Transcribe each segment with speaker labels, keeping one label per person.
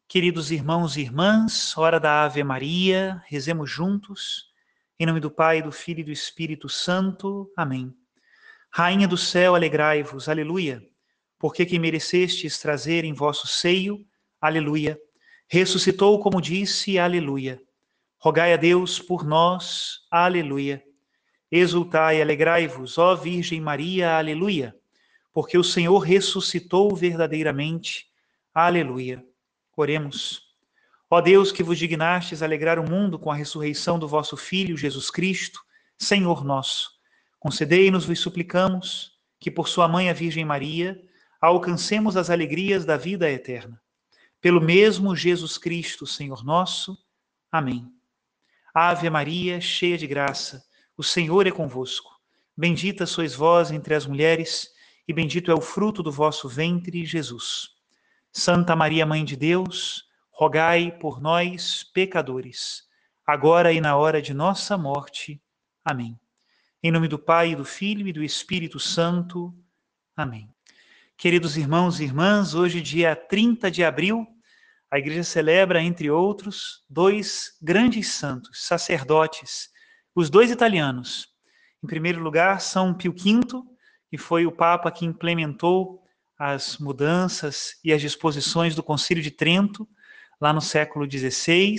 Speaker 1: Queridos irmãos e irmãs, hora da Ave Maria, rezemos juntos, em nome do Pai, do Filho e do Espírito Santo. Amém. Rainha do céu, alegrai-vos, aleluia, porque que merecestes trazer em vosso seio, aleluia. Ressuscitou, como disse, aleluia. Rogai a Deus por nós, aleluia. Exultai e alegrai-vos, ó Virgem Maria, aleluia, porque o Senhor ressuscitou verdadeiramente, aleluia. Oremos. Ó Deus, que vos dignastes alegrar o mundo com a ressurreição do vosso Filho, Jesus Cristo, Senhor nosso, concedei-nos, vos suplicamos, que por sua mãe, a Virgem Maria, alcancemos as alegrias da vida eterna. Pelo mesmo Jesus Cristo, Senhor nosso. Amém. Ave Maria, cheia de graça, o Senhor é convosco. Bendita sois vós entre as mulheres, e bendito é o fruto do vosso ventre, Jesus. Santa Maria, Mãe de Deus, rogai por nós, pecadores, agora e na hora de nossa morte. Amém. Em nome do Pai, do Filho e do Espírito Santo. Amém. Queridos irmãos e irmãs, hoje, dia 30 de abril, a Igreja celebra, entre outros, dois grandes santos, sacerdotes, os dois italianos. Em primeiro lugar, São Pio V, que foi o Papa que implementou as mudanças e as disposições do Concílio de Trento, lá no século XVI,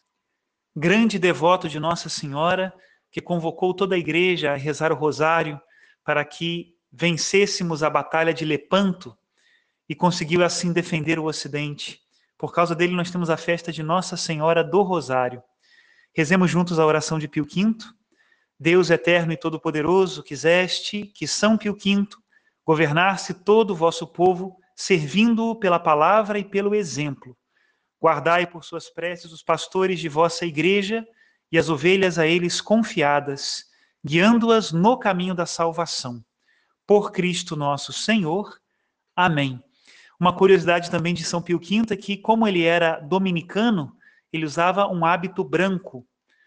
Speaker 1: grande devoto de Nossa Senhora, que convocou toda a igreja a rezar o rosário para que vencêssemos a Batalha de Lepanto e conseguiu assim defender o Ocidente. Por causa dele nós temos a festa de Nossa Senhora do Rosário. Rezemos juntos a oração de Pio V. Deus eterno e todo-poderoso, quiseste que São Pio V governasse todo o vosso povo, servindo-o pela palavra e pelo exemplo. Guardai por suas preces os pastores de vossa igreja e as ovelhas a eles confiadas, guiando-as no caminho da salvação. Por Cristo nosso Senhor. Amém. Uma curiosidade também de São Pio V é que, como ele era dominicano, ele usava um hábito branco.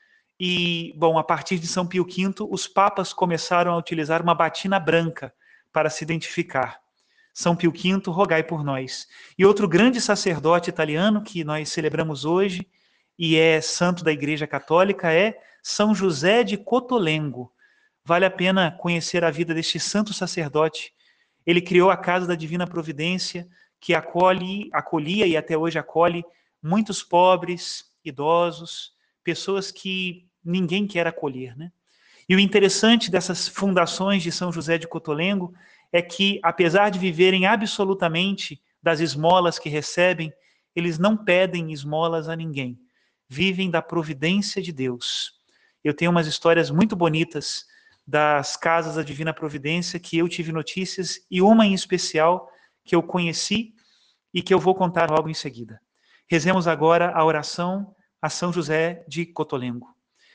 Speaker 1: E, bom, a partir de São Pio V, os papas começaram a utilizar uma batina branca para se identificar. São Pio V, rogai por nós. E outro grande sacerdote italiano que nós celebramos hoje e é santo da Igreja Católica é São José de Cotolengo. Vale a pena conhecer a vida deste santo sacerdote. Ele criou a Casa da Divina Providência, que acolhia e até hoje acolhe muitos pobres, idosos, pessoas que ninguém quer acolher, né? E o interessante dessas fundações de São José de Cotolengo é que, apesar de viverem absolutamente das esmolas que recebem, eles não pedem esmolas a ninguém. Vivem da providência de Deus. Eu tenho umas histórias muito bonitas das casas da Divina Providência que eu tive notícias e uma em especial que eu conheci e que eu vou contar logo em seguida. Rezemos agora a oração a São José de Cotolengo.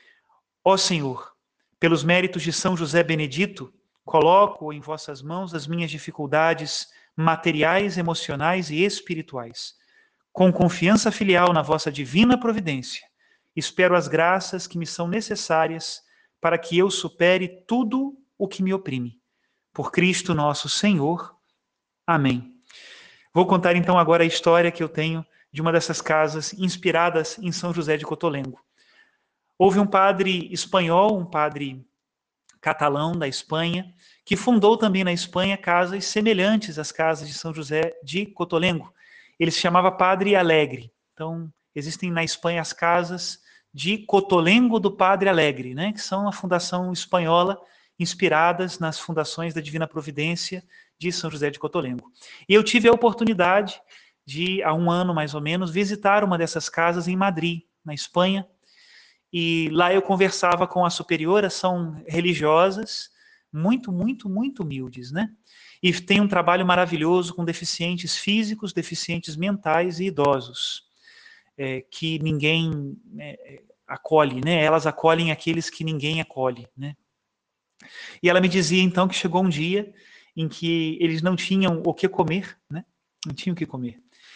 Speaker 1: Ó Senhor, pelos méritos de São José Benedito, coloco em vossas mãos as minhas dificuldades materiais, emocionais e espirituais. Com confiança filial na vossa divina providência, espero as graças que me são necessárias para que eu supere tudo o que me oprime. Por Cristo nosso Senhor. Amém. Vou contar então agora a história que eu tenho de uma dessas casas inspiradas em São José de Cotolengo. Houve um padre espanhol, um padre catalão da Espanha, que fundou também na Espanha casas semelhantes às casas de São José de Cotolengo. Ele se chamava Padre Alegre. Então, existem na Espanha as casas de Cotolengo do Padre Alegre, né, que são a fundação espanhola inspiradas nas fundações da Divina Providência de São José de Cotolengo. E eu tive a oportunidade de, há um ano mais ou menos, visitar uma dessas casas em Madrid, na Espanha, e lá eu conversava com a superiora, são religiosas, muito humildes, né? E tem um trabalho maravilhoso com deficientes físicos, deficientes mentais e idosos, que ninguém acolhe, né? Elas acolhem aqueles que ninguém acolhe, né? E ela me dizia então que chegou um dia em que eles não tinham o que comer, né? Não tinham o que comer.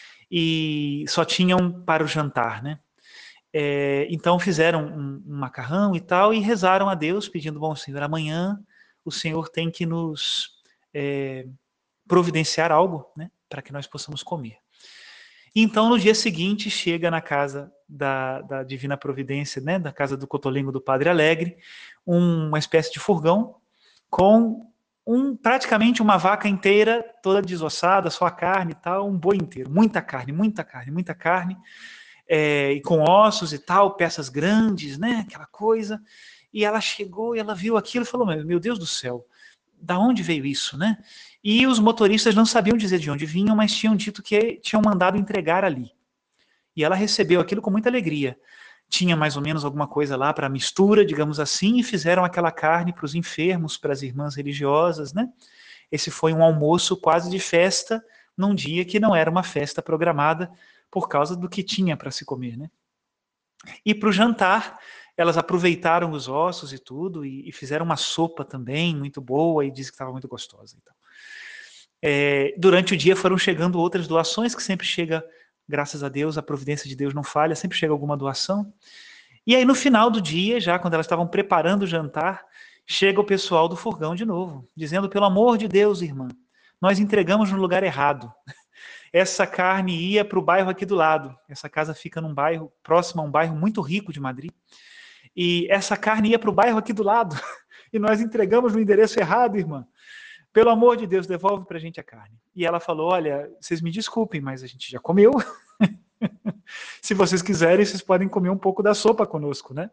Speaker 1: E só tinham para o jantar, né? Então fizeram um macarrão e tal, e rezaram a Deus, pedindo, bom Senhor, amanhã o Senhor tem que nos providenciar algo, né, para que nós possamos comer. E então, no dia seguinte, chega na casa da Divina Providência, né, da casa do Cotolengo do Padre Alegre, uma espécie de furgão com praticamente uma vaca inteira, toda desossada, só a carne e tal, um boi inteiro, muita carne, muita carne, muita carne, e com ossos e tal, peças grandes, né, aquela coisa. E ela chegou e ela viu aquilo e falou, meu Deus do céu, da onde veio isso, né? E os motoristas não sabiam dizer de onde vinham, mas tinham dito que tinham mandado entregar ali. E ela recebeu aquilo com muita alegria. Tinha mais ou menos alguma coisa lá para mistura, digamos assim, e fizeram aquela carne para os enfermos, para as irmãs religiosas, né? Esse foi um almoço quase de festa, num dia que não era uma festa programada por causa do que tinha para se comer, né? E para o jantar, elas aproveitaram os ossos e tudo, e fizeram uma sopa também, muito boa, e disse que estava muito gostosa. Então. Durante o dia foram chegando outras doações, que sempre chega, graças a Deus, a providência de Deus não falha, sempre chega alguma doação. E aí no final do dia, já quando elas estavam preparando o jantar, chega o pessoal do furgão de novo, dizendo, pelo amor de Deus, irmã, nós entregamos no lugar errado. Essa carne ia para o bairro aqui do lado. Essa casa fica num bairro, próximo a um bairro muito rico de Madrid. E essa carne ia para o bairro aqui do lado. E nós entregamos no endereço errado, irmã. Pelo amor de Deus, devolve para a gente a carne. E ela falou, olha, vocês me desculpem, mas a gente já comeu. Se vocês quiserem, vocês podem comer um pouco da sopa conosco, né?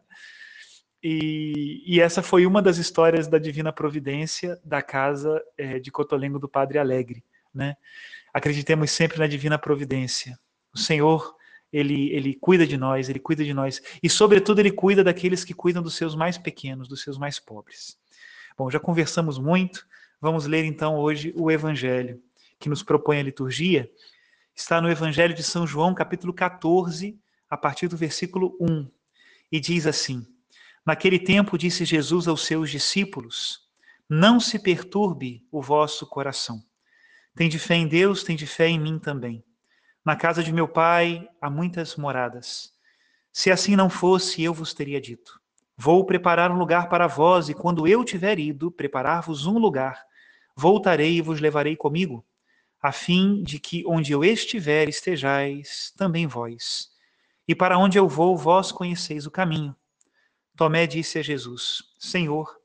Speaker 1: E essa foi uma das histórias da Divina Providência da casa de Cotolengo do Padre Alegre, né? Acreditemos sempre na Divina Providência. O Senhor, ele cuida de nós, ele cuida de nós. E, sobretudo, ele cuida daqueles que cuidam dos seus mais pequenos, dos seus mais pobres. Bom, já conversamos muito. Vamos ler, então, hoje o Evangelho que nos propõe a liturgia. Está no Evangelho de São João, capítulo 14, a partir do versículo 1. E diz assim, naquele tempo disse Jesus aos seus discípulos, não se perturbe o vosso coração. Tende fé em Deus, tende fé em mim também. Na casa de meu Pai há muitas moradas. Se assim não fosse, eu vos teria dito. Vou preparar um lugar para vós, e quando eu tiver ido preparar-vos um lugar, voltarei e vos levarei comigo, a fim de que onde eu estiver estejais também vós. E para onde eu vou, vós conheceis o caminho. Tomé disse a Jesus, Senhor,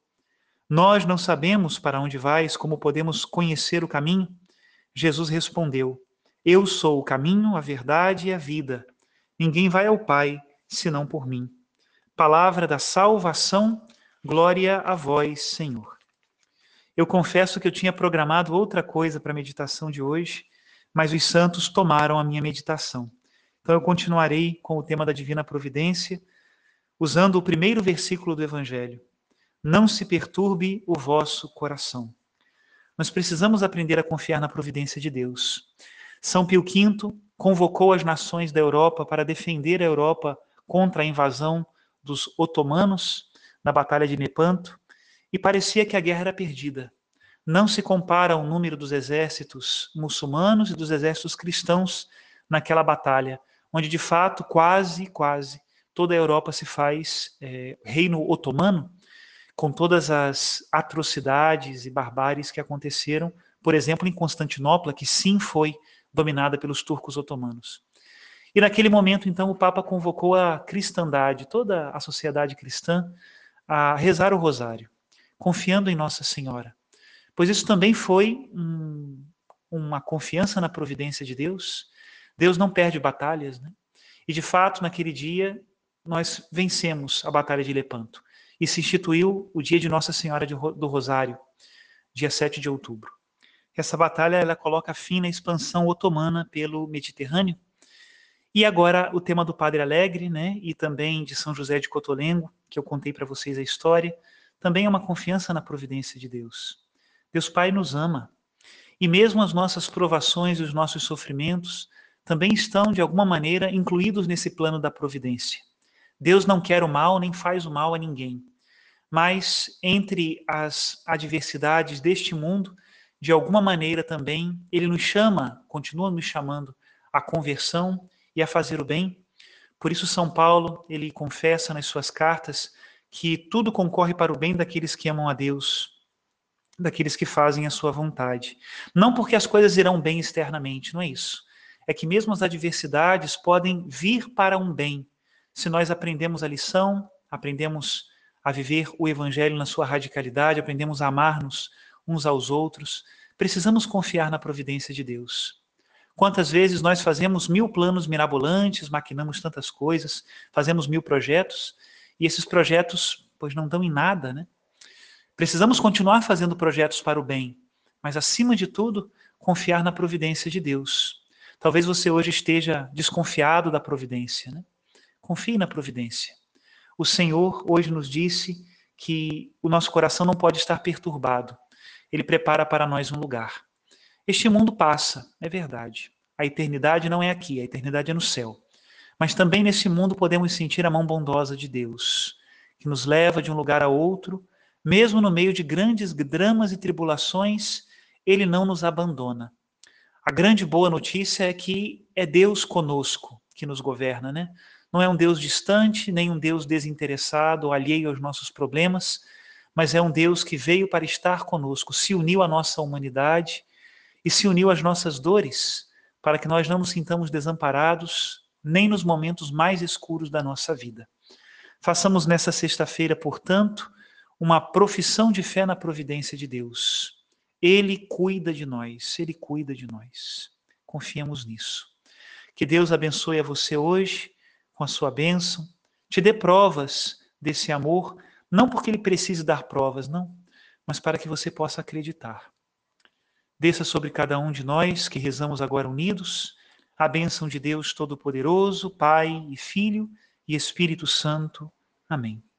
Speaker 1: nós não sabemos para onde vais, como podemos conhecer o caminho? Jesus respondeu, eu sou o caminho, a verdade e a vida. Ninguém vai ao Pai, senão por mim. Palavra da salvação, glória a vós, Senhor. Eu confesso que eu tinha programado outra coisa para a meditação de hoje, mas os santos tomaram a minha meditação. Então eu continuarei com o tema da Divina Providência, usando o primeiro versículo do Evangelho. Não se perturbe o vosso coração. Nós precisamos aprender a confiar na providência de Deus. São Pio V convocou as nações da Europa para defender a Europa contra a invasão dos otomanos na Batalha de Lepanto, e parecia que a guerra era perdida. Não se compara o número dos exércitos muçulmanos e dos exércitos cristãos naquela batalha, onde de fato quase toda a Europa se faz reino otomano, com todas as atrocidades e barbáries que aconteceram, por exemplo, em Constantinopla, que sim foi dominada pelos turcos otomanos. E naquele momento, então, o Papa convocou a cristandade, toda a sociedade cristã, a rezar o rosário, confiando em Nossa Senhora. Pois isso também foi uma confiança na providência de Deus. Deus não perde batalhas, né? E, de fato, naquele dia, nós vencemos a Batalha de Lepanto. E se instituiu o dia de Nossa Senhora do Rosário, dia 7 de outubro. Essa batalha ela coloca fim na expansão otomana pelo Mediterrâneo. E agora o tema do Padre Alegre, né, e também de São José de Cotolengo, que eu contei para vocês a história, também é uma confiança na providência de Deus. Deus Pai nos ama. E mesmo as nossas provações e os nossos sofrimentos também estão, de alguma maneira, incluídos nesse plano da providência. Deus não quer o mal, nem faz o mal a ninguém. Mas entre as adversidades deste mundo, de alguma maneira também, ele nos chama, continua nos chamando à conversão e a fazer o bem. Por isso São Paulo, ele confessa nas suas cartas que tudo concorre para o bem daqueles que amam a Deus, daqueles que fazem a sua vontade. Não porque as coisas irão bem externamente, não é isso. é que mesmo as adversidades podem vir para um bem, se nós aprendemos a lição, aprendemos a viver o Evangelho na sua radicalidade, aprendemos a amar-nos uns aos outros. Precisamos confiar na providência de Deus. Quantas vezes nós fazemos 1000 planos mirabolantes, maquinamos tantas coisas, fazemos 1000 projetos, e esses projetos, pois, não dão em nada, né? Precisamos continuar fazendo projetos para o bem, mas, acima de tudo, confiar na providência de Deus. Talvez você hoje esteja desconfiado da providência, né? Confie na providência. O Senhor hoje nos disse que o nosso coração não pode estar perturbado. Ele prepara para nós um lugar. Este mundo passa, é verdade. A eternidade não é aqui, a eternidade é no céu. Mas também nesse mundo podemos sentir a mão bondosa de Deus, que nos leva de um lugar a outro, mesmo no meio de grandes dramas e tribulações, Ele não nos abandona. A grande boa notícia é que é Deus conosco que nos governa, né? Não é um Deus distante, nem um Deus desinteressado, alheio aos nossos problemas, mas é um Deus que veio para estar conosco, se uniu à nossa humanidade e se uniu às nossas dores, para que nós não nos sintamos desamparados, nem nos momentos mais escuros da nossa vida. Façamos nessa sexta-feira, portanto, uma profissão de fé na providência de Deus. Ele cuida de nós, Ele cuida de nós. Confiemos nisso. Que Deus abençoe a você hoje, com a sua bênção, te dê provas desse amor, não porque Ele precise dar provas, não, mas para que você possa acreditar. Desça sobre cada um de nós que rezamos agora unidos, a bênção de Deus Todo-Poderoso, Pai e Filho e Espírito Santo. Amém.